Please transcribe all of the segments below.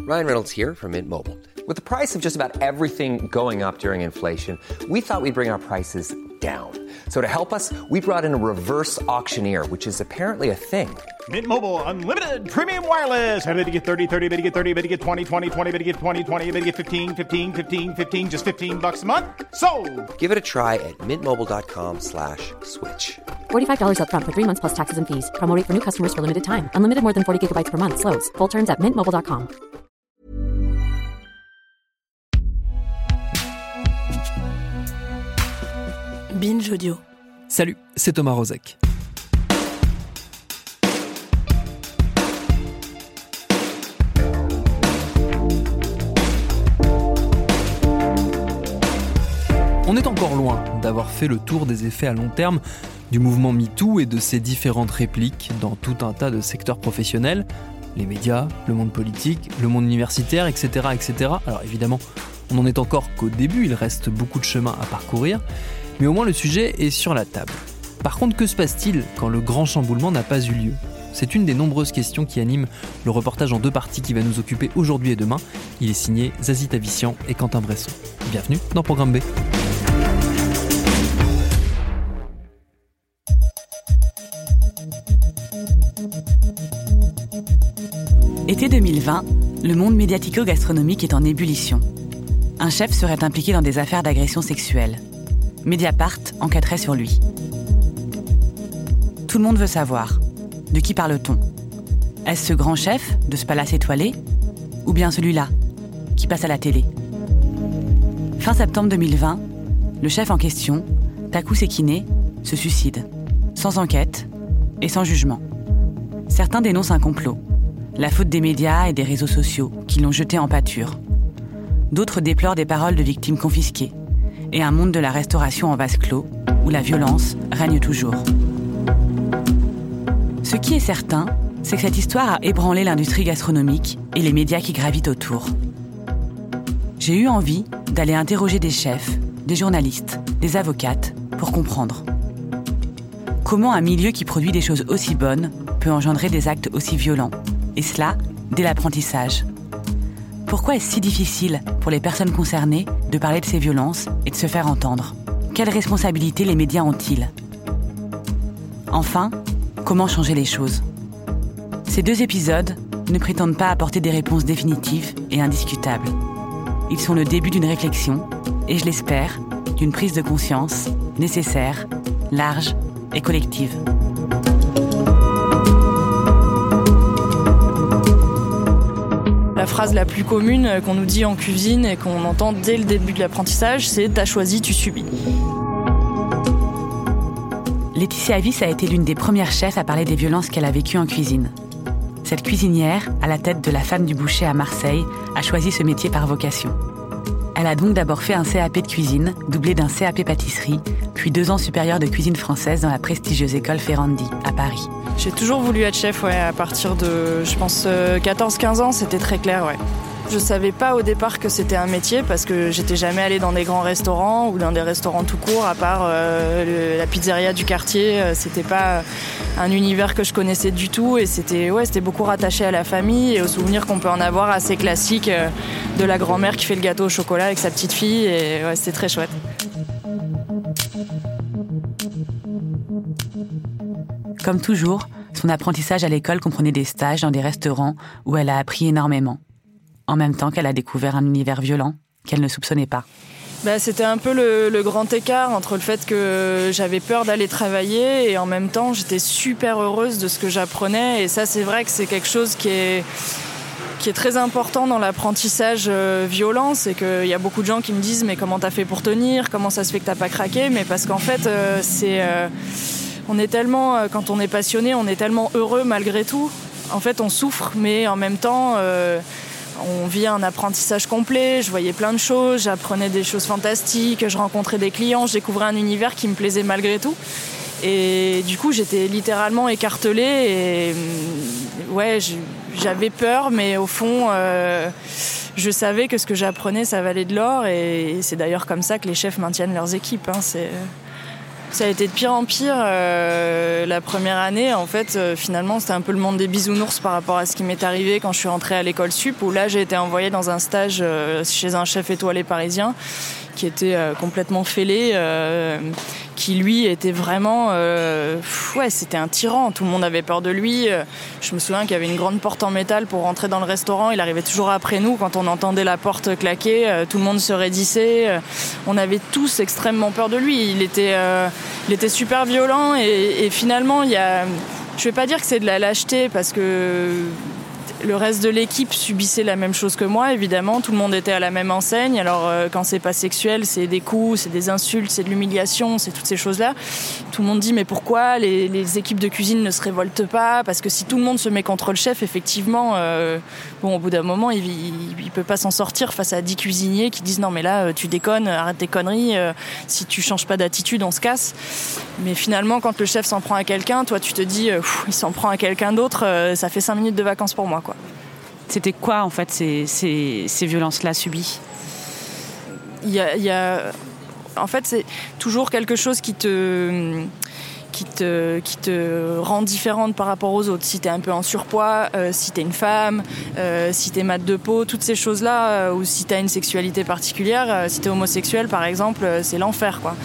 Ryan Reynolds here from Mint Mobile. With the price of just about everything going up during inflation, we thought we'd bring our prices down. So to help us, we brought in a reverse auctioneer, which is apparently a thing. Mint Mobile Unlimited Premium Wireless. How to get 30, 30, bit to get 30, bit to get 20, 20, 20, bit to get 20, 20, bit to get 15, 15, 15, 15, just $15 a month? Sold! Give it a try at mintmobile.com/switch. $45 up front for 3 months plus taxes and fees. Promo rate for new customers for limited time. Unlimited more than 40 gigabytes per month. Slows full terms at mintmobile.com. Binge Audio. Salut, c'est Thomas Rozek. On est encore loin d'avoir fait le tour des effets à long terme du mouvement MeToo et de ses différentes répliques dans tout un tas de secteurs professionnels, les médias, le monde politique, le monde universitaire, etc., etc. Alors évidemment, on n'en est encore qu'au début, il reste beaucoup de chemin à parcourir, mais au moins le sujet est sur la table. Par contre, que se passe-t-il quand le grand chamboulement n'a pas eu lieu ? C'est une des nombreuses questions qui animent le reportage en 2 parties qui va nous occuper aujourd'hui et demain. Il est signé Zazie Tavissian et Quentin Bresson. Bienvenue dans Programme B. Été 2020, le monde médiatico-gastronomique est en ébullition. Un chef serait impliqué dans des affaires d'agression sexuelle. Mediapart enquêterait sur lui. Tout le monde veut savoir. De qui parle-t-on ? Est-ce ce grand chef de ce palace étoilé ? Ou bien celui-là, qui passe à la télé ? Fin septembre 2020, le chef en question, Taku Sekine, se suicide. Sans enquête et sans jugement. Certains dénoncent un complot. La faute des médias et des réseaux sociaux qui l'ont jeté en pâture. D'autres déplorent des paroles de victimes confisquées et un monde de la restauration en vase clos où la violence règne toujours. Ce qui est certain, c'est que cette histoire a ébranlé l'industrie gastronomique et les médias qui gravitent autour. J'ai eu envie d'aller interroger des chefs, des journalistes, des avocates pour comprendre. Comment un milieu qui produit des choses aussi bonnes peut engendrer des actes aussi violents ? Et cela, dès l'apprentissage. Pourquoi est-ce si difficile pour les personnes concernées de parler de ces violences et de se faire entendre ? Quelles responsabilités les médias ont-ils ? Enfin, comment changer les choses ? Ces 2 épisodes ne prétendent pas apporter des réponses définitives et indiscutables. Ils sont le début d'une réflexion et, je l'espère, d'une prise de conscience nécessaire, large et collective. La phrase la plus commune qu'on nous dit en cuisine et qu'on entend dès le début de l'apprentissage, c'est « t'as choisi, tu subis ». Laetitia Avis a été l'une des premières chefs à parler des violences qu'elle a vécues en cuisine. Cette cuisinière, à la tête de la femme du boucher à Marseille, a choisi ce métier par vocation. Elle a donc d'abord fait un CAP de cuisine, doublé d'un CAP pâtisserie, puis 2 ans supérieur de cuisine française dans la prestigieuse école Ferrandi, à Paris. J'ai toujours voulu être chef, à partir de, 14-15 ans, c'était très clair, Je savais pas au départ que c'était un métier parce que j'étais jamais allée dans des grands restaurants ou dans des restaurants tout court, à part la pizzeria du quartier. C'était pas un univers que je connaissais du tout et c'était beaucoup rattaché à la famille et aux souvenirs qu'on peut en avoir assez classiques de la grand-mère qui fait le gâteau au chocolat avec sa petite fille et c'était très chouette. Comme toujours, son apprentissage à l'école comprenait des stages dans des restaurants où elle a appris énormément. En même temps qu'elle a découvert un univers violent qu'elle ne soupçonnait pas. C'était un peu le grand écart entre le fait que j'avais peur d'aller travailler et en même temps j'étais super heureuse de ce que j'apprenais et ça c'est vrai que c'est quelque chose qui est très important dans l'apprentissage violent, c'est qu'il y a beaucoup de gens qui me disent mais comment t'as fait pour tenir, comment ça se fait que t'as pas craqué, mais parce qu'en fait on est tellement, quand on est passionné, on est tellement heureux malgré tout. En fait on souffre mais en même temps on vit un apprentissage complet, je voyais plein de choses, j'apprenais des choses fantastiques, je rencontrais des clients, je découvrais un univers qui me plaisait malgré tout. Et du coup, j'étais littéralement écartelée et j'avais peur, mais au fond, je savais que ce que j'apprenais, ça valait de l'or et c'est d'ailleurs comme ça que les chefs maintiennent leurs équipes. Ça a été de pire en pire. La première année, en fait, finalement, c'était un peu le monde des bisounours par rapport à ce qui m'est arrivé quand je suis rentrée à l'école sup, où là, j'ai été envoyée dans un stage chez un chef étoilé parisien qui était complètement fêlé, qui lui était vraiment... c'était un tyran, tout le monde avait peur de lui. Je me souviens qu'il y avait une grande porte en métal pour rentrer dans le restaurant, il arrivait toujours après nous, quand on entendait la porte claquer, tout le monde se raidissait. On avait tous extrêmement peur de lui, il était super violent et finalement, je ne vais pas dire que c'est de la lâcheté parce que... Le reste de l'équipe subissait la même chose que moi, évidemment. Tout le monde était à la même enseigne. Alors, quand c'est pas sexuel, c'est des coups, c'est des insultes, c'est de l'humiliation, c'est toutes ces choses-là. Tout le monde dit, mais pourquoi les équipes de cuisine ne se révoltent pas ? Parce que si tout le monde se met contre le chef, effectivement, au bout d'un moment, il peut pas s'en sortir face à 10 cuisiniers qui disent, non, mais là, tu déconnes, arrête tes conneries. Si tu changes pas d'attitude, on se casse. Mais finalement, quand le chef s'en prend à quelqu'un, toi, tu te dis, il s'en prend à quelqu'un d'autre, ça fait 5 minutes de vacances pour moi, quoi. C'était quoi, en fait, ces violences-là subies ? En fait, c'est toujours quelque chose qui te rend différente par rapport aux autres. Si t'es un peu en surpoids, si t'es une femme, si t'es mat de peau, toutes ces choses-là, ou si t'as une sexualité particulière, si t'es homosexuel, par exemple, c'est l'enfer, quoi.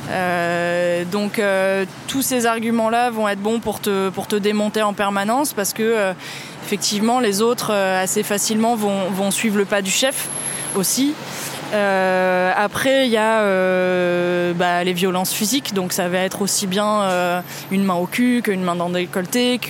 Donc tous ces arguments-là vont être bons pour te démonter en permanence parce que effectivement les autres assez facilement vont suivre le pas du chef aussi. Après il y a les violences physiques, donc ça va être aussi bien une main au cul qu'une main dans le décolleté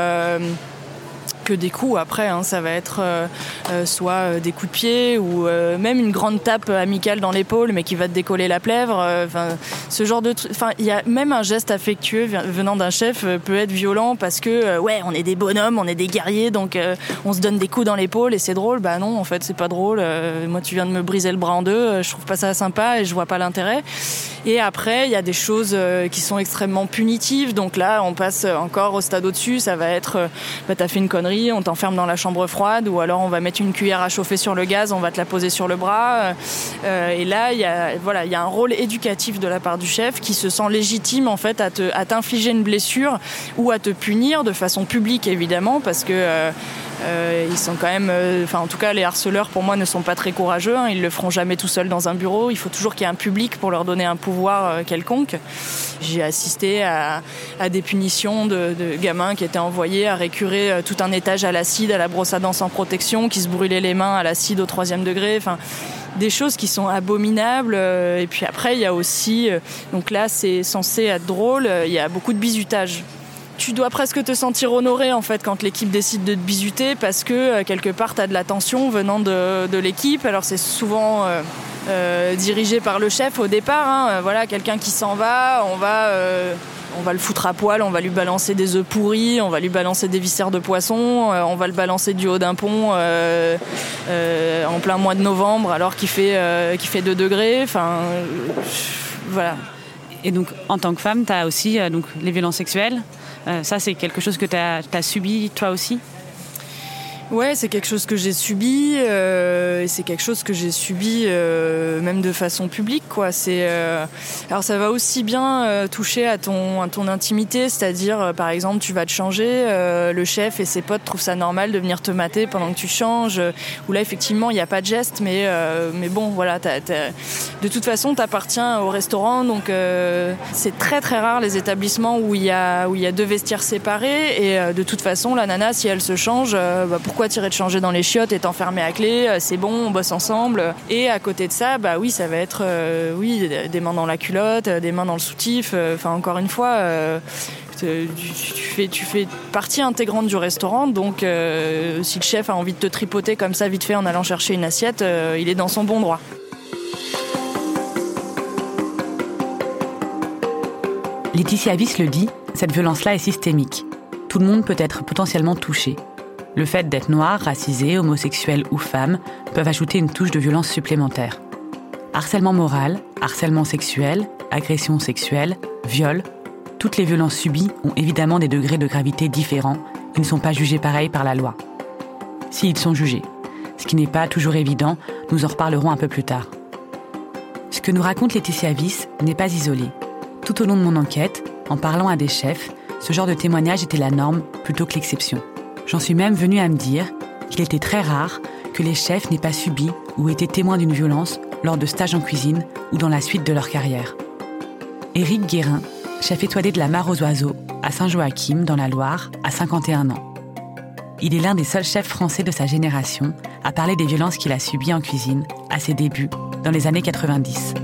que des coups après, ça va être soit des coups de pied ou même une grande tape amicale dans l'épaule mais qui va te décoller la plèvre, ce genre de truc. Il y a même un geste affectueux venant d'un chef peut être violent parce que on est des bonhommes, on est des guerriers, donc on se donne des coups dans l'épaule et c'est drôle. Bah non, en fait c'est pas drôle. Moi tu viens de me briser le bras en deux, je trouve pas ça sympa et je vois pas l'intérêt. Et après il y a des choses qui sont extrêmement punitives, donc là on passe encore au stade au-dessus. Ça va être t'as fait une connerie, on t'enferme dans la chambre froide, ou alors on va mettre une cuillère à chauffer sur le gaz, on va te la poser sur le bras. Et là, il y a un rôle éducatif de la part du chef qui se sent légitime en fait à t'infliger une blessure ou à te punir de façon publique évidemment, parce que ils sont quand même, en tout cas les harceleurs pour moi ne sont pas très courageux, ils le feront jamais tout seuls dans un bureau, il faut toujours qu'il y ait un public pour leur donner un pouvoir quelconque. J'ai assisté à des punitions de gamins qui étaient envoyés à récurer tout un étage à l'acide, à la brosse à dents sans protection, qui se brûlaient les mains à l'acide au 3e degré, des choses qui sont abominables. Et puis après il y a aussi, donc là c'est censé être drôle, il y a beaucoup de bizutage. Tu dois presque te sentir honoré en fait quand l'équipe décide de te bisuter parce que quelque part t'as de l'attention venant de l'équipe. Alors c'est souvent dirigé par le chef au départ, quelqu'un qui s'en va, on va le foutre à poil, on va lui balancer des œufs pourris, on va lui balancer des viscères de poisson, on va le balancer du haut d'un pont en plein mois de novembre alors qu'il fait 2 degrés, voilà. Et donc en tant que femme, t'as aussi les violences sexuelles. Ça, c'est quelque chose que tu as subi toi aussi ? Ouais, c'est quelque chose que j'ai subi, et c'est quelque chose que j'ai subi même de façon publique, quoi. Alors ça va aussi bien toucher à ton intimité, c'est-à-dire par exemple tu vas te changer, le chef et ses potes trouvent ça normal de venir te mater pendant que tu changes, où là effectivement il n'y a pas de geste, mais bon voilà, de toute façon t'appartiens au restaurant, donc c'est très très rare les établissements où il y a 2 vestiaires séparés, et de toute façon la nana si elle se change, pourquoi tirer te changer dans les chiottes et t'enfermer à clé, c'est bon, on bosse ensemble. Et à côté de ça, oui, ça va être des mains dans la culotte, des mains dans le soutif, encore une fois, tu fais partie intégrante du restaurant, donc si le chef a envie de te tripoter comme ça vite fait en allant chercher une assiette, il est dans son bon droit. Laetitia Wyss le dit, cette violence-là est systémique. Tout le monde peut être potentiellement touché. Le fait d'être noir, racisé, homosexuel ou femme peuvent ajouter une touche de violence supplémentaire. Harcèlement moral, harcèlement sexuel, agression sexuelle, viol, toutes les violences subies ont évidemment des degrés de gravité différents et ne sont pas jugés pareil par la loi. S'ils sont jugés, ce qui n'est pas toujours évident, nous en reparlerons un peu plus tard. Ce que nous raconte Laetitia Wyss n'est pas isolé. Tout au long de mon enquête, en parlant à des chefs, ce genre de témoignage était la norme plutôt que l'exception. J'en suis même venue à me dire qu'il était très rare que les chefs n'aient pas subi ou été témoins d'une violence lors de stages en cuisine ou dans la suite de leur carrière. Éric Guérin, chef étoilé de la Mare aux Oiseaux, à Saint-Joachim, dans la Loire, à 51 ans. Il est l'un des seuls chefs français de sa génération à parler des violences qu'il a subies en cuisine à ses débuts, dans les années 90.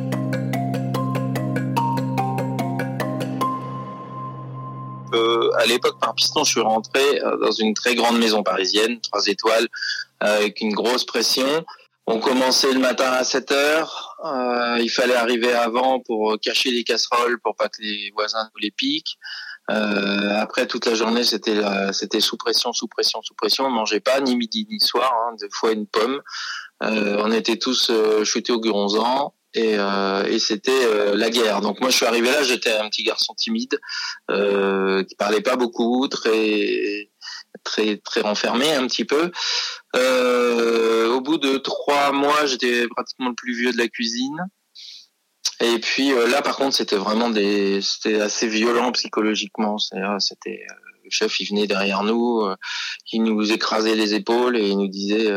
À l'époque, par piston, je suis rentré dans une très grande maison parisienne, 3 étoiles, avec une grosse pression. On commençait le matin à 7h. Il fallait arriver avant pour cacher les casseroles pour pas que les voisins nous les piquent. Après, toute la journée, c'était sous pression. On mangeait pas, ni midi ni soir, 2 fois une pomme. On était tous chutés au guronzan. Et c'était la guerre. Donc moi je suis arrivé là, j'étais un petit garçon timide qui parlait pas beaucoup, très renfermé un petit peu. Au bout de 3 mois, j'étais pratiquement le plus vieux de la cuisine. Et puis là par contre c'était assez violent psychologiquement. C'était le chef, il venait derrière nous, il nous écrasait les épaules et il nous disait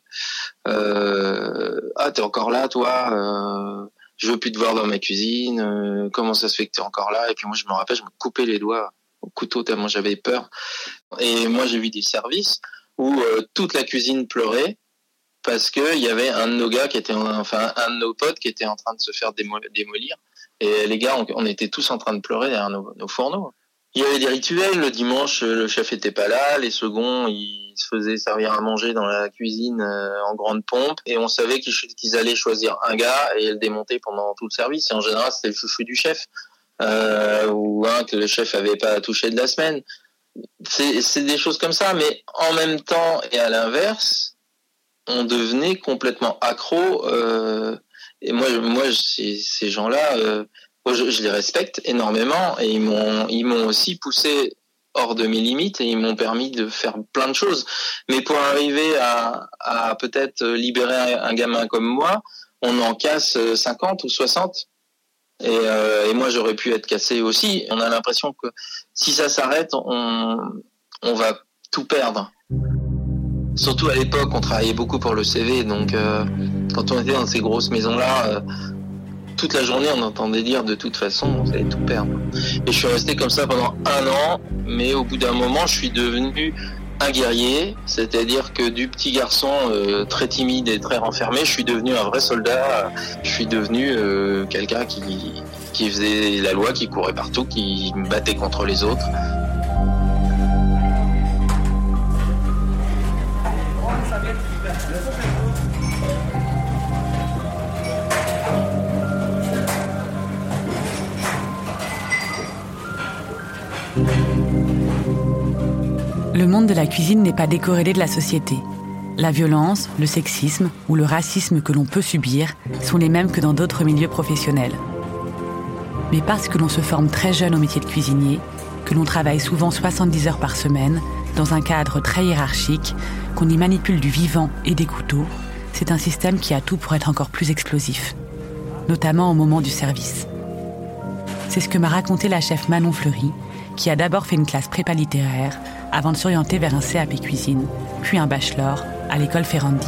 t'es encore là toi, je veux plus te voir dans ma cuisine, comment ça se fait que t'es encore là? Et puis moi je me rappelle, je me coupais les doigts au couteau tellement j'avais peur. Et moi j'ai vu des services où toute la cuisine pleurait parce que il y avait un de nos gars un de nos potes qui était en train de se faire démolir. Et les gars, on était tous en train de pleurer derrière nos fourneaux. Il y avait des rituels. Le dimanche, le chef était pas là. Les seconds, ils se faisaient servir à manger dans la cuisine en grande pompe. Et on savait qu'ils allaient choisir un gars et le démonter pendant tout le service. Et en général, c'était le chouchou du chef. Ou un que le chef avait pas touché de la semaine. C'est des choses comme ça. Mais en même temps et à l'inverse, on devenait complètement accro. Et moi, ces gens-là... je les respecte énormément et ils m'ont aussi poussé hors de mes limites et ils m'ont permis de faire plein de choses. Mais pour arriver à peut-être libérer un gamin comme moi, on en casse 50 ou 60. Et moi, j'aurais pu être cassé aussi. On a l'impression que si ça s'arrête, on va tout perdre. Surtout à l'époque, on travaillait beaucoup pour le CV. Donc, quand on était dans ces grosses maisons-là... toute la journée, on entendait dire de toute façon, on allait tout perdre. Et je suis resté comme ça pendant 1 an, mais au bout d'un moment, je suis devenu un guerrier, c'est-à-dire que du petit garçon très timide et très renfermé, je suis devenu un vrai soldat. Je suis devenu quelqu'un qui faisait la loi, qui courait partout, qui me battait contre les autres. Le monde de la cuisine n'est pas décorrélé de la société. La violence, le sexisme ou le racisme que l'on peut subir sont les mêmes que dans d'autres milieux professionnels. Mais parce que l'on se forme très jeune au métier de cuisinier, que l'on travaille souvent 70 heures par semaine, dans un cadre très hiérarchique, qu'on y manipule du vivant et des couteaux, c'est un système qui a tout pour être encore plus explosif, notamment au moment du service. C'est ce que m'a raconté la chef Manon Fleury, qui a d'abord fait une classe prépa littéraire avant de s'orienter vers un CAP cuisine, puis un bachelor à l'école Ferrandi.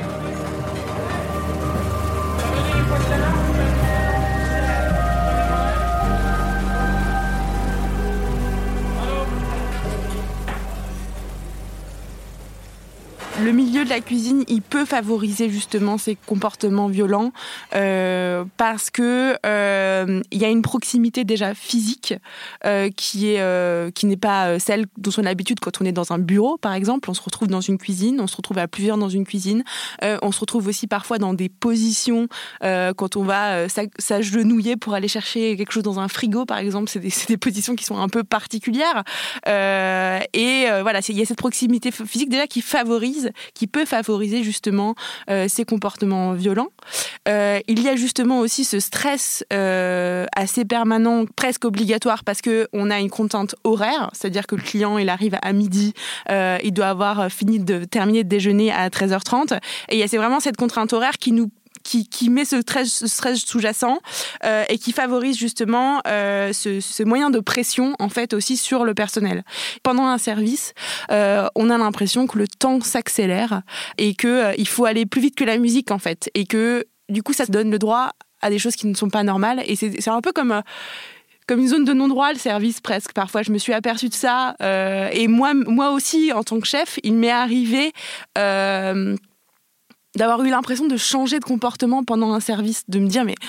Le milieu de la cuisine, il peut favoriser justement ces comportements violents parce que il y a une proximité déjà physique qui n'est pas celle dont on a l'habitude quand on est dans un bureau, par exemple. On se retrouve dans une cuisine, on se retrouve à plusieurs dans une cuisine. On se retrouve aussi parfois dans des positions quand on va s'agenouiller pour aller chercher quelque chose dans un frigo, par exemple. C'est des positions qui sont un peu particulières. Voilà, il y a cette proximité physique déjà qui peut favoriser justement ces comportements violents. Il y a justement aussi ce stress assez permanent, presque obligatoire, parce qu'on a une contrainte horaire, c'est-à-dire que le client, il arrive à midi, il doit avoir terminé de déjeuner à 13h30, et c'est vraiment cette contrainte horaire qui nous qui met ce stress sous-jacent et qui favorise justement ce moyen de pression en fait aussi sur le personnel. Pendant un service, on a l'impression que le temps s'accélère et que il faut aller plus vite que la musique en fait, et que du coup ça donne le droit à des choses qui ne sont pas normales, et c'est un peu comme une zone de non-droit, le service, presque. Parfois, je me suis aperçue de ça. Et moi aussi, en tant que chef, il m'est arrivé d'avoir eu l'impression de changer de comportement pendant un service, de me dire, mais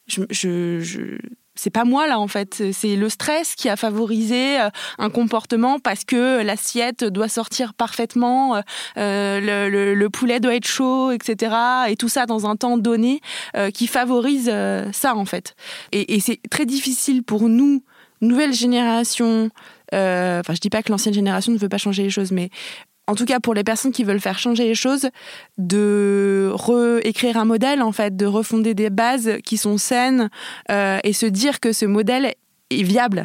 c'est pas moi, là, en fait. C'est le stress qui a favorisé un comportement parce que l'assiette doit sortir parfaitement, le poulet doit être chaud, etc. Et tout ça dans un temps donné qui favorise ça, en fait. Et c'est très difficile pour nous, nouvelle génération, je dis pas que l'ancienne génération ne veut pas changer les choses, mais en tout cas pour les personnes qui veulent faire changer les choses, de réécrire un modèle, en fait, de refonder des bases qui sont saines et se dire que ce modèle est viable.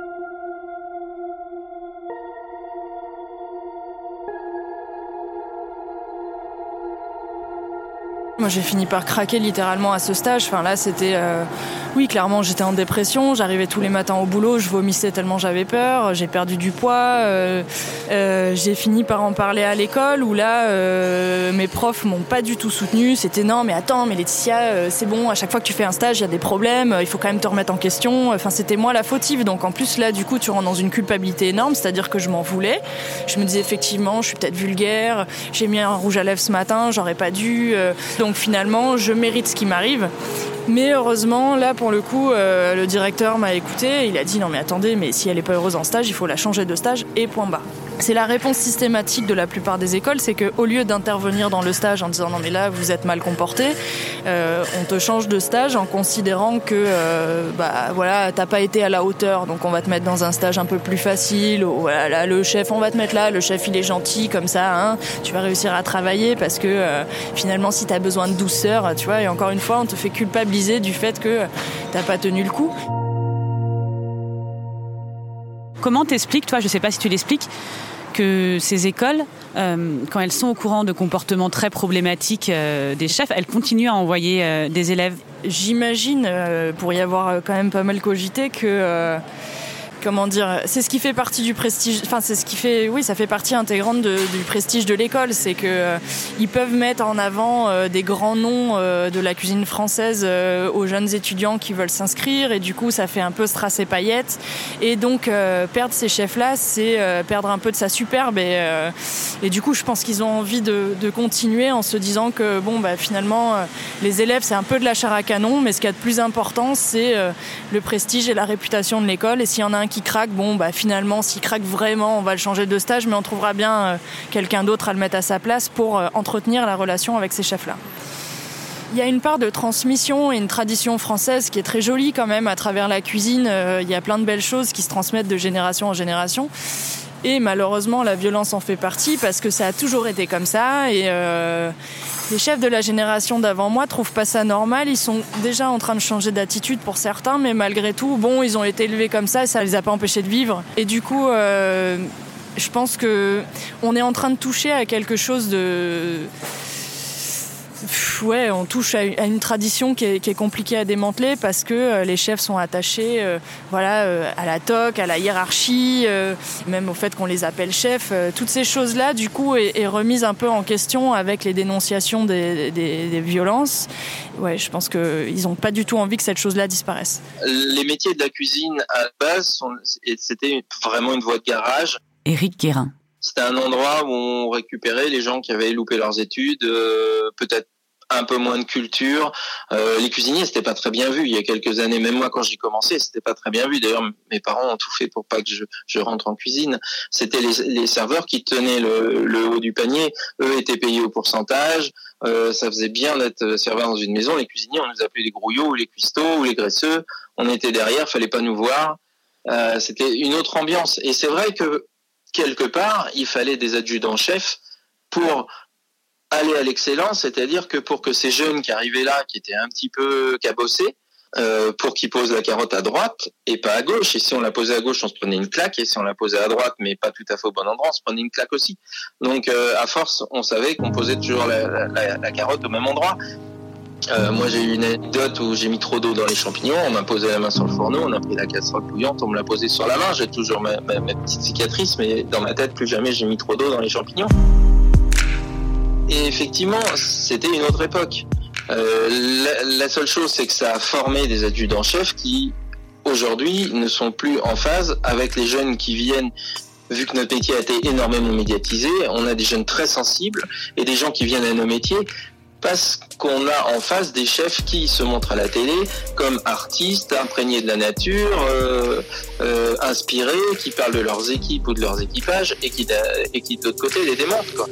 Moi, j'ai fini par craquer littéralement à ce stage. Enfin, là, c'était... Oui, clairement, j'étais en dépression. J'arrivais tous les matins au boulot, je vomissais tellement j'avais peur. J'ai perdu du poids. J'ai fini par en parler à l'école où là, mes profs m'ont pas du tout soutenue. C'était non, mais attends, mais Laetitia, c'est bon, à chaque fois que tu fais un stage, il y a des problèmes. Il faut quand même te remettre en question. Enfin, c'était moi la fautive. Donc, en plus, là, du coup, tu rentres dans une culpabilité énorme. C'est-à-dire que je m'en voulais. Je me disais, effectivement, je suis peut-être vulgaire. J'ai mis un rouge à lèvres ce matin, j'aurais pas dû. Donc finalement, je mérite ce qui m'arrive. Mais heureusement, là, pour le coup, le directeur m'a écouté. Il a dit, non mais attendez, mais si elle n'est pas heureuse en stage, il faut la changer de stage et point barre. C'est la réponse systématique de la plupart des écoles, c'est qu'au lieu d'intervenir dans le stage en disant, non mais là, vous êtes mal comporté, on te change de stage en considérant que voilà, t'as pas été à la hauteur, donc on va te mettre dans un stage un peu plus facile. Ou, voilà, là, le chef, on va te mettre là, le chef il est gentil, comme ça, hein, tu vas réussir à travailler parce que finalement, si t'as besoin de douceur, tu vois, et encore une fois, on te fait culpabiliser du fait que t'as pas tenu le coup. Comment t'expliques, toi, je sais pas si tu l'expliques, que ces écoles, quand elles sont au courant de comportements très problématiques des chefs, elles continuent à envoyer des élèves? J'imagine, pour y avoir quand même pas mal cogité, que... comment dire, c'est ce qui fait partie du prestige, enfin c'est ce qui fait, oui, ça fait partie intégrante du prestige de l'école, c'est que ils peuvent mettre en avant des grands noms de la cuisine française aux jeunes étudiants qui veulent s'inscrire, et du coup ça fait un peu strass et paillettes, et donc perdre ces chefs-là, c'est perdre un peu de sa superbe, et du coup je pense qu'ils ont envie de continuer en se disant que bon bah finalement les élèves c'est un peu de la chair à canon, mais ce qu'il y a de plus important c'est le prestige et la réputation de l'école, et s'il y en a un qui craque, bon bah finalement s'il craque vraiment on va le changer de stage, mais on trouvera bien quelqu'un d'autre à le mettre à sa place pour entretenir la relation avec ces chefs-là. Il y a une part de transmission et une tradition française qui est très jolie quand même à travers la cuisine. Il y a plein de belles choses qui se transmettent de génération en génération. Et malheureusement, la violence en fait partie parce que ça a toujours été comme ça. Et les chefs de la génération d'avant moi trouvent pas ça normal. Ils sont déjà en train de changer d'attitude pour certains, mais malgré tout, bon, ils ont été élevés comme ça et ça les a pas empêchés de vivre. Et du coup, je pense que on est en train de toucher à quelque chose de... Ouais, on touche à une tradition qui est compliquée à démanteler parce que les chefs sont attachés à la toque, à la hiérarchie, même au fait qu'on les appelle chefs. Toutes ces choses-là, du coup, est remise un peu en question avec les dénonciations des violences. Ouais, je pense qu'ils n'ont pas du tout envie que cette chose-là disparaisse. Les métiers de la cuisine, à la base, c'était vraiment une voie de garage. Éric Guérin. C'était un endroit où on récupérait les gens qui avaient loupé leurs études, peut-être un peu moins de culture. Les cuisiniers, c'était pas très bien vu. Il y a quelques années, même moi, quand j'y commençais, c'était pas très bien vu. D'ailleurs, mes parents ont tout fait pour pas que je rentre en cuisine. C'était les serveurs qui tenaient le haut du panier. Eux étaient payés au pourcentage. Ça faisait bien d'être serveur dans une maison. Les cuisiniers, on nous appelait les grouillots ou les cuistots ou les graisseux. On était derrière, fallait pas nous voir. C'était une autre ambiance. Et c'est vrai que quelque part, il fallait des adjudants-chefs pour aller à l'excellence, c'est-à-dire que pour que ces jeunes qui arrivaient là, qui étaient un petit peu cabossés, pour qu'ils posent la carotte à droite et pas à gauche. Et si on la posait à gauche, on se prenait une claque. Et si on la posait à droite, mais pas tout à fait au bon endroit, on se prenait une claque aussi. Donc, à force, on savait qu'on posait toujours la carotte au même endroit. Moi, j'ai eu une anecdote où j'ai mis trop d'eau dans les champignons. On m'a posé la main sur le fourneau, on a pris la casserole bouillante, on me l'a posée sur la main. J'ai toujours ma petite cicatrice, mais dans ma tête, plus jamais j'ai mis trop d'eau dans les champignons. Et effectivement, c'était une autre époque. La seule chose, c'est que ça a formé des adjudants-chefs qui, aujourd'hui, ne sont plus en phase avec les jeunes qui viennent. Vu que notre métier a été énormément médiatisé, on a des jeunes très sensibles et des gens qui viennent à nos métiers parce qu'on a en face des chefs qui se montrent à la télé comme artistes, imprégnés de la nature, inspirés, qui parlent de leurs équipes ou de leurs équipages et qui de l'autre côté les démontent, quoi.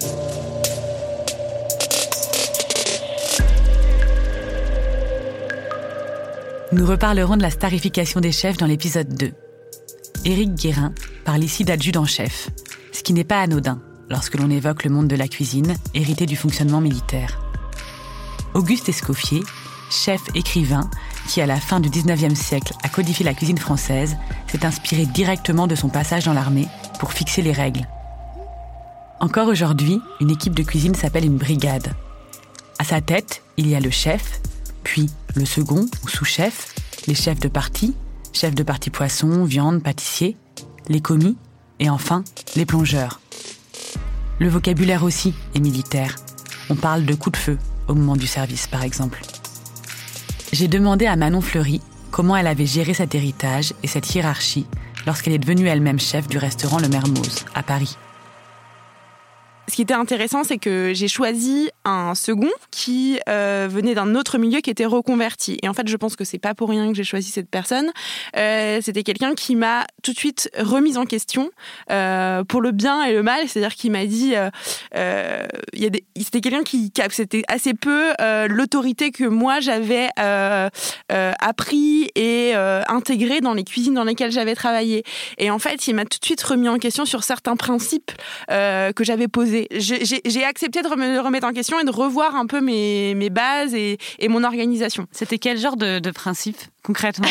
Nous reparlerons de la starification des chefs dans l'épisode 2. Éric Guérin parle ici d'adjudant-chef, ce qui n'est pas anodin lorsque l'on évoque le monde de la cuisine hérité du fonctionnement militaire. Auguste Escoffier, chef écrivain qui, à la fin du 19e siècle, a codifié la cuisine française, s'est inspiré directement de son passage dans l'armée pour fixer les règles. Encore aujourd'hui, une équipe de cuisine s'appelle une brigade. À sa tête, il y a le chef, puis le second ou sous-chef, les chefs de partie poisson, viande, pâtissier, les commis et enfin les plongeurs. Le vocabulaire aussi est militaire. On parle de coup de feu au moment du service, par exemple. J'ai demandé à Manon Fleury comment elle avait géré cet héritage et cette hiérarchie lorsqu'elle est devenue elle-même chef du restaurant Le Mermoz, à Paris. Ce qui était intéressant, c'est que j'ai choisi un second qui venait d'un autre milieu qui était reconverti. Et en fait, je pense que c'est pas pour rien que j'ai choisi cette personne. C'était quelqu'un qui m'a tout de suite remise en question pour le bien et le mal. C'est-à-dire qu'il m'a dit, c'était quelqu'un qui c'était assez peu l'autorité que moi j'avais appris et intégré dans les cuisines dans lesquelles j'avais travaillé. Et en fait, il m'a tout de suite remis en question sur certains principes que j'avais posés. J'ai accepté de me remettre en question et de revoir un peu mes bases et mon organisation. C'était quel genre de principe, concrètement?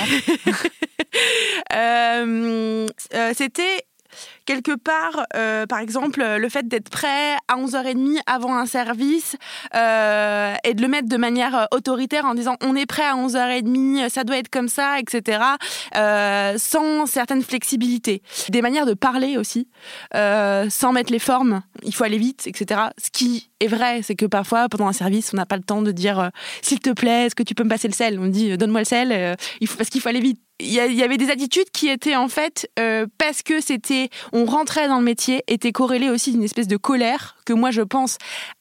C'était quelque part, par exemple, le fait d'être prêt à 11h30 avant un service et de le mettre de manière autoritaire en disant on est prêt à 11h30, ça doit être comme ça, etc. Sans certaine flexibilité. Des manières de parler aussi, sans mettre les formes, il faut aller vite, etc. Ce qui est vrai, c'est que parfois, pendant un service, on n'a pas le temps de dire s'il te plaît, est-ce que tu peux me passer le sel? On dit donne-moi le sel, parce qu'il faut aller vite. Il y avait des attitudes qui étaient en fait, parce que on rentrait dans le métier, étaient corrélées aussi d'une espèce de colère que moi je pense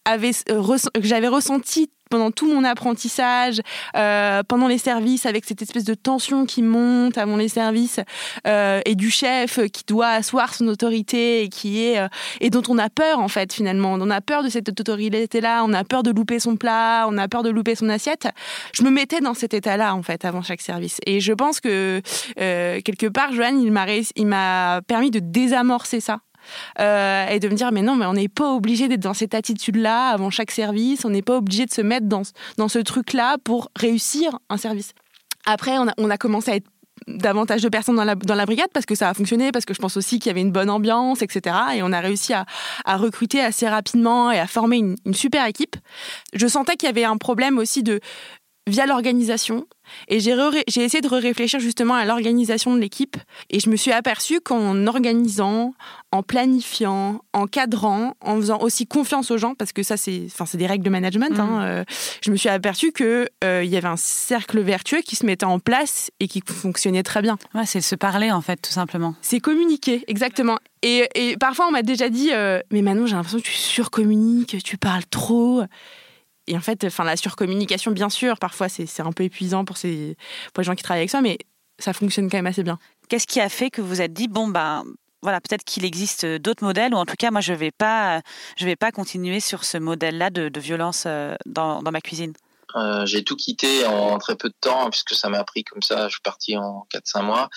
que j'avais ressentie pendant tout mon apprentissage, pendant les services, avec cette espèce de tension qui monte avant les services, et du chef qui doit asseoir son autorité et dont on a peur en fait finalement. On a peur de cette autorité-là, on a peur de louper son plat, on a peur de louper son assiette. Je me mettais dans cet état-là en fait avant chaque service. Et je pense que quelque part, Johan, il m'a permis de désamorcer ça. Et de me dire mais on n'est pas obligé d'être dans cette attitude-là avant chaque service, on n'est pas obligé de se mettre dans ce truc-là pour réussir un service. Après, on a commencé à être davantage de personnes dans la brigade parce que ça a fonctionné, parce que je pense aussi qu'il y avait une bonne ambiance, etc. Et on a réussi à recruter assez rapidement et à former une super équipe. Je sentais qu'il y avait un problème aussi via l'organisation. Et j'ai essayé de réfléchir justement à l'organisation de l'équipe. Et je me suis aperçue qu'en organisant, en planifiant, en cadrant, en faisant aussi confiance aux gens, parce que ça, c'est des règles de management, je me suis aperçue qu'il y avait un cercle vertueux qui se mettait en place et qui fonctionnait très bien. Ouais, c'est se parler, en fait, tout simplement. C'est communiquer, exactement. Et parfois, on m'a déjà dit « Mais Manon, j'ai l'impression que tu surcommuniques, tu parles trop ». Et en fait, la surcommunication, bien sûr, parfois c'est un peu épuisant pour les gens qui travaillent avec ça, mais ça fonctionne quand même assez bien. Qu'est-ce qui a fait que vous vous êtes dit voilà, peut-être qu'il existe d'autres modèles, ou en tout cas, moi, je vais pas continuer sur ce modèle-là de violence dans ma cuisine? J'ai tout quitté en très peu de temps, puisque ça m'a pris comme ça. Je suis parti en 4-5 mois.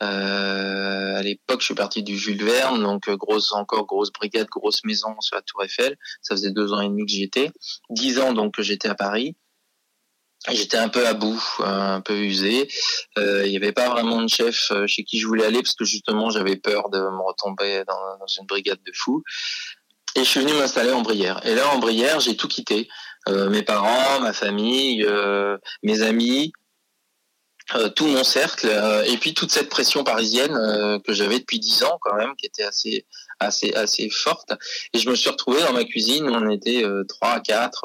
À l'époque, je suis parti du Jules Verne, donc grosse brigade, grosse maison sur la Tour Eiffel. Ça faisait 2 ans et demi que j'y étais. 10 ans donc que j'étais à Paris. J'étais un peu à bout, un peu usé. Il y avait pas vraiment de chef chez qui je voulais aller, parce que justement, j'avais peur de me retomber dans une brigade de fous. Et je suis venu m'installer en Brière. Et là, en Brière, j'ai tout quitté. mes parents, ma famille, mes amis, tout mon cercle, et puis toute cette pression parisienne que j'avais depuis 10 ans quand même, qui était assez forte. Et je me suis retrouvé dans ma cuisine, on était 3 à 4,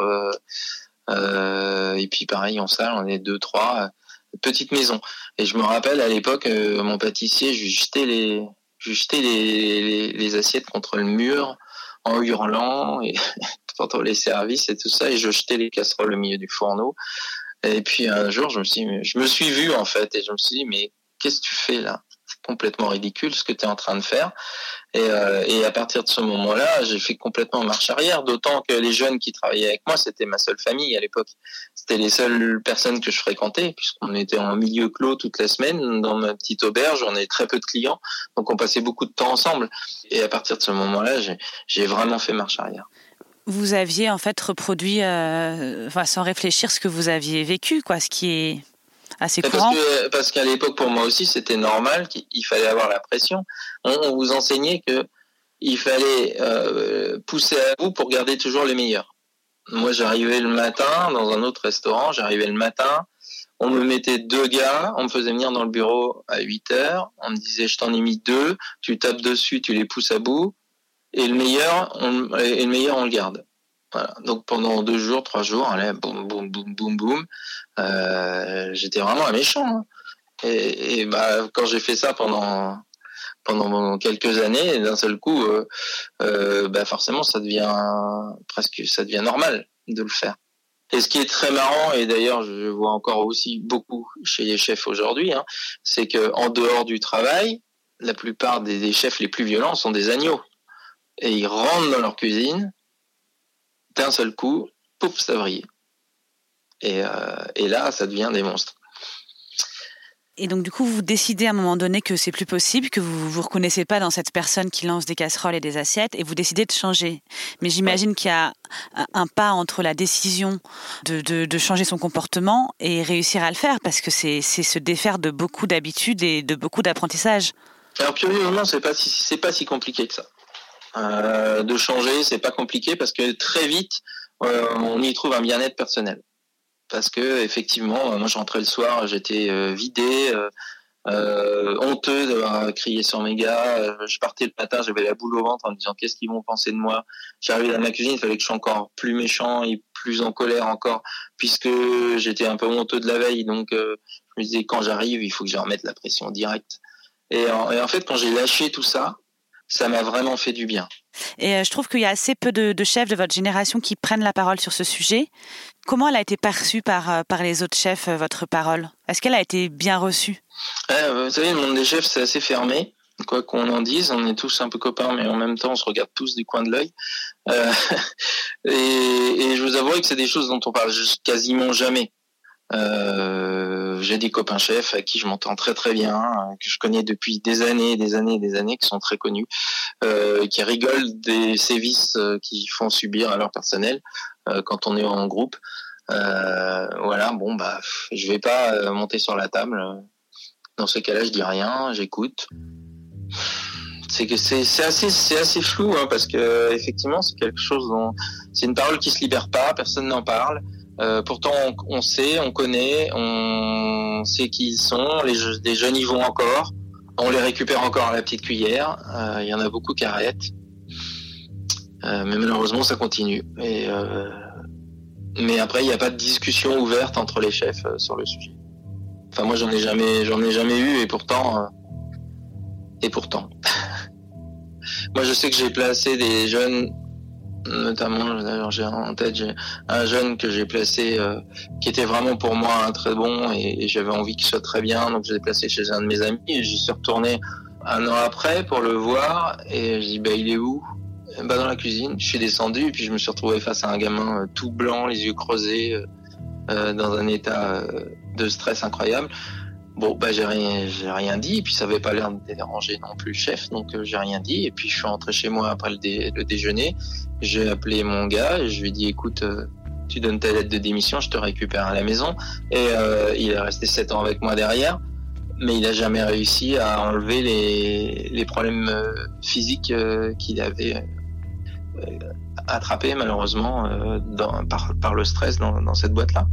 et puis pareil en salle, on est 2, 3, petite maison. Et je me rappelle à l'époque, mon pâtissier, je jetais les assiettes contre le mur en hurlant et contre les services et tout ça, et je jetais les casseroles au milieu du fourneau. Et puis un jour, je me suis vu en fait, et je me suis dit, mais qu'est-ce que tu fais là ? C'est complètement ridicule ce que tu es en train de faire. Et à partir de ce moment-là, j'ai fait complètement marche arrière, d'autant que les jeunes qui travaillaient avec moi, c'était ma seule famille à l'époque. C'était les seules personnes que je fréquentais, puisqu'on était en milieu clos toute la semaine, dans ma petite auberge, on avait très peu de clients, donc on passait beaucoup de temps ensemble. Et à partir de ce moment-là, j'ai vraiment fait marche arrière. Vous aviez en fait reproduit, sans réfléchir, ce que vous aviez vécu, quoi, ce qui est assez courant. Parce qu'à l'époque, pour moi aussi, c'était normal qu'il fallait avoir la pression. On vous enseignait qu'il fallait pousser à bout pour garder toujours les meilleurs. Moi, j'arrivais le matin dans un autre restaurant, on me mettait 2 gars, on me faisait venir dans le bureau à 8h, on me disait, je t'en ai mis 2, tu tapes dessus, tu les pousses à bout, et le meilleur, on le garde. Voilà. Donc pendant 2 jours, 3 jours, allez, boum, boum, boum, boum, boum. J'étais vraiment un méchant. Hein. Et quand j'ai fait ça pendant quelques années, d'un seul coup, forcément, ça devient normal de le faire. Et ce qui est très marrant, et d'ailleurs, je vois encore aussi beaucoup chez les chefs aujourd'hui, hein, c'est que en dehors du travail, la plupart des chefs les plus violents sont des agneaux. Et ils rentrent dans leur cuisine, d'un seul coup, pouf, ça vrille. Et là, ça devient des monstres. Et donc, du coup, vous décidez à un moment donné que c'est plus possible, que vous vous reconnaissez pas dans cette personne qui lance des casseroles et des assiettes, et vous décidez de changer. Mais j'imagine qu'il y a un pas entre la décision de changer son comportement et réussir à le faire, parce que c'est se défaire de beaucoup d'habitudes et de beaucoup d'apprentissage. Alors, curieusement, c'est pas si compliqué que ça. De changer, c'est pas compliqué parce que très vite, on y trouve un bien-être personnel. Parce que effectivement, moi je rentrais le soir, j'étais vidé, honteux d'avoir crié sur mes gars. Je partais le matin, j'avais la boule au ventre en me disant qu'est-ce qu'ils vont penser de moi. J'arrivais dans ma cuisine, il fallait que je sois encore plus méchant et plus en colère encore, puisque j'étais un peu honteux de la veille. Donc je me disais quand j'arrive, il faut que je remette la pression directe. Et en fait, quand j'ai lâché tout ça, ça m'a vraiment fait du bien. Et je trouve qu'il y a assez peu de chefs de votre génération qui prennent la parole sur ce sujet. Comment elle a été perçue par les autres chefs, votre parole ? Est-ce qu'elle a été bien reçue ? Vous savez, le monde des chefs, c'est assez fermé. Quoi qu'on en dise, on est tous un peu copains, mais en même temps, on se regarde tous du coin de l'œil. Et je vous avouerai que c'est des choses dont on parle quasiment jamais. J'ai des copains chefs à qui je m'entends très très bien, que je connais depuis des années, qui sont très connus, qui rigolent des sévices qu'ils font subir à leur personnel quand on est en groupe. Voilà, bon je vais pas monter sur la table. Dans ce cas-là, je dis rien, j'écoute. C'est assez flou, hein, parce que effectivement, c'est quelque chose c'est une parole qui se libère pas, personne n'en parle. Pourtant, on sait, on connaît, on sait qui ils sont. Les jeunes y vont encore. On les récupère encore à la petite cuillère. Il y en a beaucoup qui arrêtent. Mais malheureusement, ça continue. Mais après, il n'y a pas de discussion ouverte entre les chefs sur le sujet. Enfin, moi, j'en ai jamais eu, et pourtant. Moi, je sais que j'ai placé des jeunes. Notamment, j'ai en tête un jeune que j'ai placé qui était vraiment pour moi un très bon, et j'avais envie qu'il soit très bien, donc je l'ai placé chez un de mes amis, et j'y suis retourné 1 an après pour le voir, et je dis il est où ? Dans la cuisine. Je suis descendu, et puis je me suis retrouvé face à un gamin tout blanc, les yeux creusés, dans un état de stress incroyable. Bon, j'ai rien dit, et puis ça avait pas l'air de déranger non plus le chef, donc j'ai rien dit, et puis je suis rentré chez moi après le déjeuner. J'ai appelé mon gars et je lui ai dit écoute, tu donnes ta lettre de démission, je te récupère à la maison. Et il est resté 7 ans avec moi derrière, mais il a jamais réussi à enlever les problèmes physiques qu'il avait attrapé malheureusement par le stress dans cette boîte-là.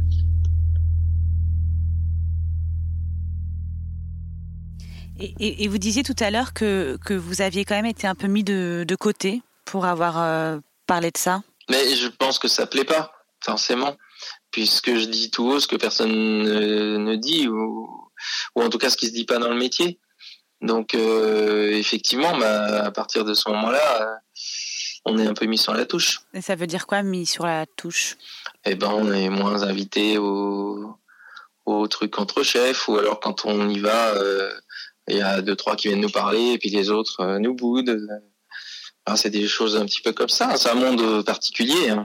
Et vous disiez tout à l'heure que vous aviez quand même été un peu mis de côté pour avoir parlé de ça. Mais je pense que ça plaît pas, forcément, puisque je dis tout haut ce que personne ne dit, ou en tout cas ce qui se dit pas dans le métier. Donc effectivement, à partir de ce moment-là, on est un peu mis sur la touche. Et ça veut dire quoi, mis sur la touche ? Eh ben, on est moins invité au truc entre chefs, ou alors quand on y va, il y a 2-3 qui viennent nous parler, et puis les autres nous boudent. Alors, c'est des choses un petit peu comme ça. C'est un monde particulier, hein.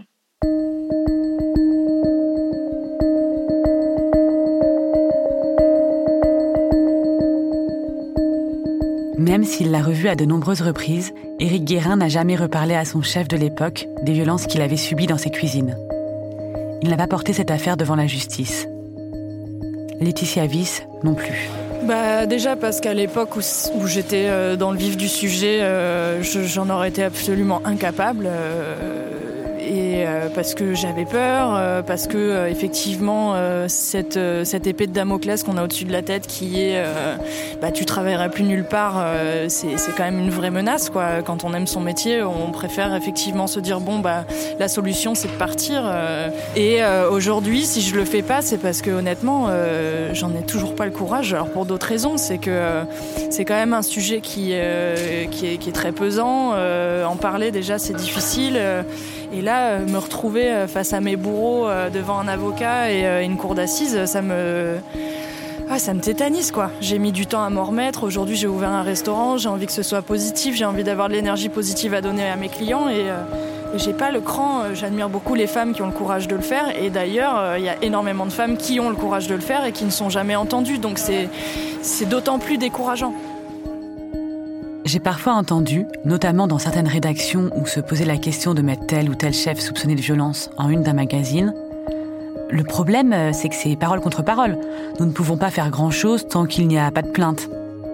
Même s'il l'a revu à de nombreuses reprises, Éric Guérin n'a jamais reparlé à son chef de l'époque des violences qu'il avait subies dans ses cuisines. Il n'a pas porté cette affaire devant la justice. Laetitia Wyss non plus. Déjà parce qu'à l'époque où j'étais dans le vif du sujet, j'en aurais été absolument incapable. Et parce que j'avais peur, parce que effectivement cette épée de Damoclès qu'on a au-dessus de la tête qui est tu travailleras plus nulle part, c'est quand même une vraie menace, quoi. Quand on aime son métier, on préfère effectivement se dire la solution c'est de partir. Et aujourd'hui, si je le fais pas, c'est parce que honnêtement j'en ai toujours pas le courage. Alors pour d'autres raisons, c'est que c'est quand même un sujet qui est très pesant. En parler déjà c'est difficile. Et là, me retrouver face à mes bourreaux devant un avocat et une cour d'assises, ça me tétanise, quoi. J'ai mis du temps à m'en remettre. Aujourd'hui, j'ai ouvert un restaurant, j'ai envie que ce soit positif, j'ai envie d'avoir de l'énergie positive à donner à mes clients et j'ai pas le cran. J'admire beaucoup les femmes qui ont le courage de le faire et d'ailleurs, il y a énormément de femmes qui ont le courage de le faire et qui ne sont jamais entendues. Donc c'est d'autant plus décourageant. J'ai parfois entendu, notamment dans certaines rédactions où se posait la question de mettre tel ou tel chef soupçonné de violence en une d'un magazine, le problème, c'est que c'est parole contre parole. Nous ne pouvons pas faire grand-chose tant qu'il n'y a pas de plainte.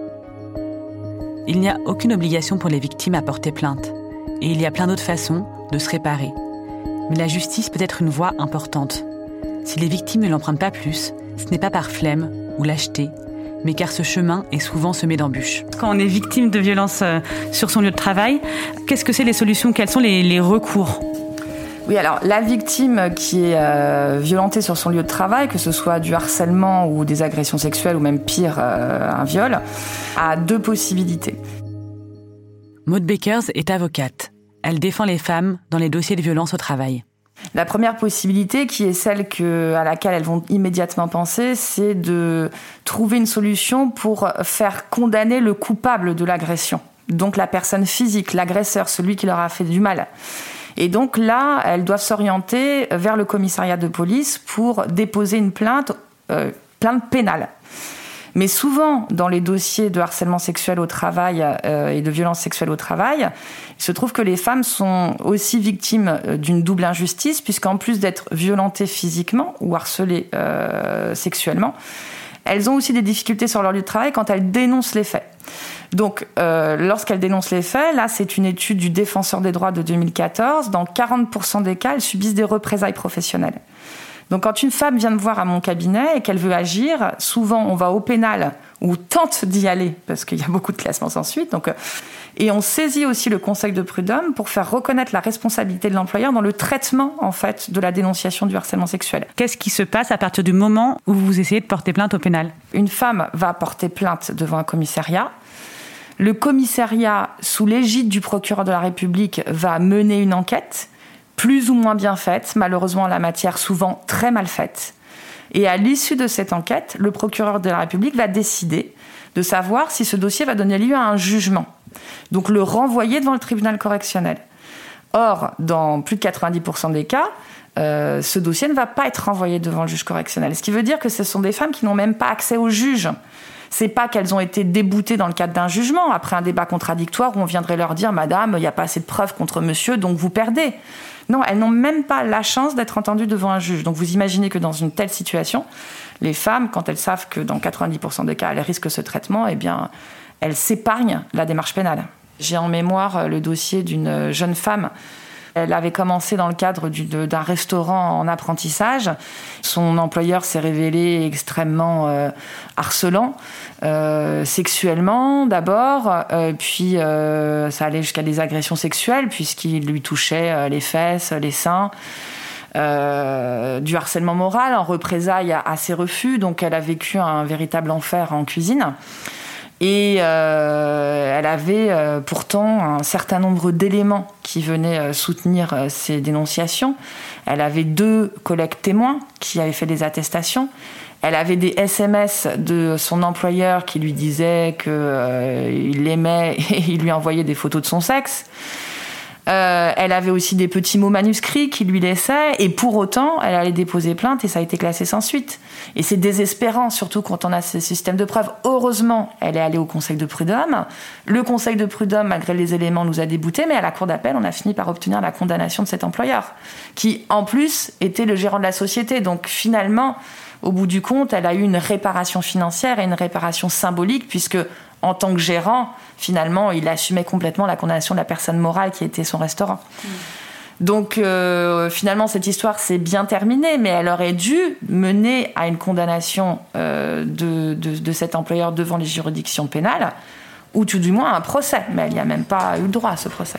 Il n'y a aucune obligation pour les victimes à porter plainte. Et il y a plein d'autres façons de se réparer. Mais la justice peut être une voie importante. Si les victimes ne l'empruntent pas plus, ce n'est pas par flemme ou lâcheté, mais car ce chemin est souvent semé d'embûches. Quand on est victime de violences sur son lieu de travail, qu'est-ce que c'est les solutions ? Quels sont les recours ? Oui, alors la victime qui est violentée sur son lieu de travail, que ce soit du harcèlement ou des agressions sexuelles ou même pire, un viol, a 2 possibilités. Maud Beckers est avocate. Elle défend les femmes dans les dossiers de violence au travail. La première possibilité, qui est celle à laquelle elles vont immédiatement penser, c'est de trouver une solution pour faire condamner le coupable de l'agression. Donc la personne physique, l'agresseur, celui qui leur a fait du mal. Et donc là, elles doivent s'orienter vers le commissariat de police pour déposer une plainte pénale. Mais souvent, dans les dossiers de harcèlement sexuel au travail et de violence sexuelle au travail, il se trouve que les femmes sont aussi victimes d'une double injustice, puisqu'en plus d'être violentées physiquement ou harcelées sexuellement, elles ont aussi des difficultés sur leur lieu de travail quand elles dénoncent les faits. Donc, lorsqu'elles dénoncent les faits, là, c'est une étude du Défenseur des droits de 2014, dans 40% des cas, elles subissent des représailles professionnelles. Donc quand une femme vient me voir à mon cabinet et qu'elle veut agir, souvent on va au pénal ou tente d'y aller parce qu'il y a beaucoup de classements sans suite. Et on saisit aussi le Conseil de prud'homme pour faire reconnaître la responsabilité de l'employeur dans le traitement en fait de la dénonciation du harcèlement sexuel. Qu'est-ce qui se passe à partir du moment où vous essayez de porter plainte au pénal ? Une femme va porter plainte devant un commissariat. Le commissariat, sous l'égide du procureur de la République, va mener une enquête plus ou moins bien faite, malheureusement en la matière souvent très mal faite. Et à l'issue de cette enquête, le procureur de la République va décider de savoir si ce dossier va donner lieu à un jugement. Donc le renvoyer devant le tribunal correctionnel. Or, dans plus de 90% des cas, ce dossier ne va pas être renvoyé devant le juge correctionnel. Ce qui veut dire que ce sont des femmes qui n'ont même pas accès au juge. C'est pas qu'elles ont été déboutées dans le cadre d'un jugement, après un débat contradictoire où on viendrait leur dire « Madame, il n'y a pas assez de preuves contre monsieur, donc vous perdez ». Non, elles n'ont même pas la chance d'être entendues devant un juge. Donc vous imaginez que dans une telle situation, les femmes, quand elles savent que dans 90% des cas, elles risquent ce traitement, eh bien, elles s'épargnent la démarche pénale. J'ai en mémoire le dossier d'une jeune femme Elle avait commencé dans le cadre d'un restaurant en apprentissage. Son employeur s'est révélé extrêmement harcelant, sexuellement d'abord, puis ça allait jusqu'à des agressions sexuelles puisqu'il lui touchait les fesses, les seins. Du harcèlement moral en représailles à ses refus. Donc elle a vécu un véritable enfer en cuisine. Et elle avait pourtant un certain nombre d'éléments qui venaient soutenir ses dénonciations. Elle avait 2 collègues témoins qui avaient fait des attestations. Elle avait des SMS de son employeur qui lui disaient qu'il l'aimait et il lui envoyait des photos de son sexe. Elle avait aussi des petits mots manuscrits qu'il lui laissait, et pour autant, elle allait déposer plainte et ça a été classé sans suite. Et c'est désespérant, surtout quand on a ce système de preuves. Heureusement, elle est allée au Conseil de prud'homme. Le Conseil de prud'homme, malgré les éléments, nous a déboutés, mais à la Cour d'appel, on a fini par obtenir la condamnation de cet employeur, qui, en plus, était le gérant de la société. Donc, finalement, au bout du compte, elle a eu une réparation financière et une réparation symbolique, puisque en tant que gérant, finalement, il assumait complètement la condamnation de la personne morale qui était son restaurant. Donc, finalement, cette histoire s'est bien terminée, mais elle aurait dû mener à une condamnation de cet employeur devant les juridictions pénales, ou tout du moins un procès. Mais elle n'y a même pas eu le droit à ce procès.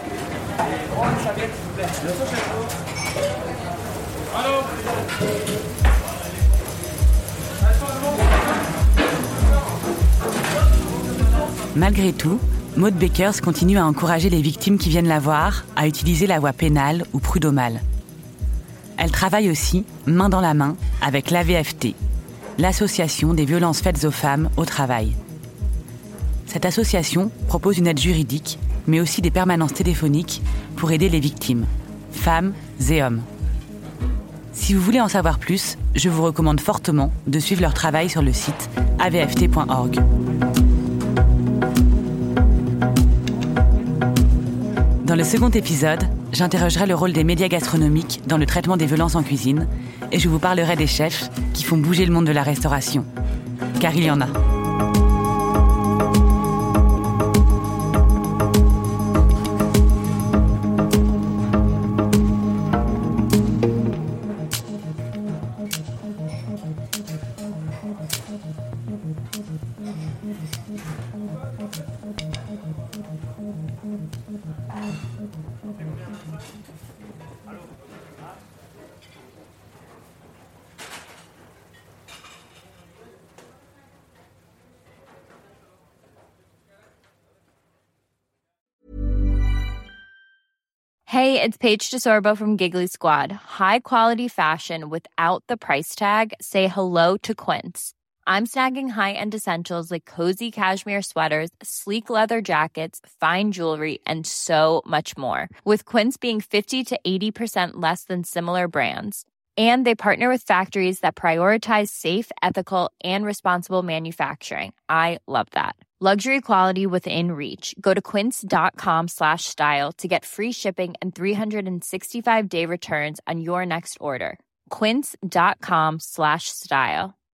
Malgré tout, Maud Beckers continue à encourager les victimes qui viennent la voir à utiliser la voie pénale ou prud'homale. Elle travaille aussi, main dans la main, avec l'AVFT, l'Association des violences faites aux femmes au travail. Cette association propose une aide juridique, mais aussi des permanences téléphoniques pour aider les victimes, femmes et hommes. Si vous voulez en savoir plus, je vous recommande fortement de suivre leur travail sur le site avft.org. Dans le second épisode, j'interrogerai le rôle des médias gastronomiques dans le traitement des violences en cuisine et je vous parlerai des chefs qui font bouger le monde de la restauration. Car il y en a. Hey, it's Paige DeSorbo from Giggly Squad. High quality fashion without the price tag. Say hello to Quince. I'm snagging high-end essentials like cozy cashmere sweaters, sleek leather jackets, fine jewelry, and so much more. With Quince being 50 to 80% less than similar brands. And they partner with factories that prioritize safe, ethical, and responsible manufacturing. I love that. Luxury quality within reach. Go to quince.com/style to get free shipping and 365-day returns on your next order. Quince.com/style.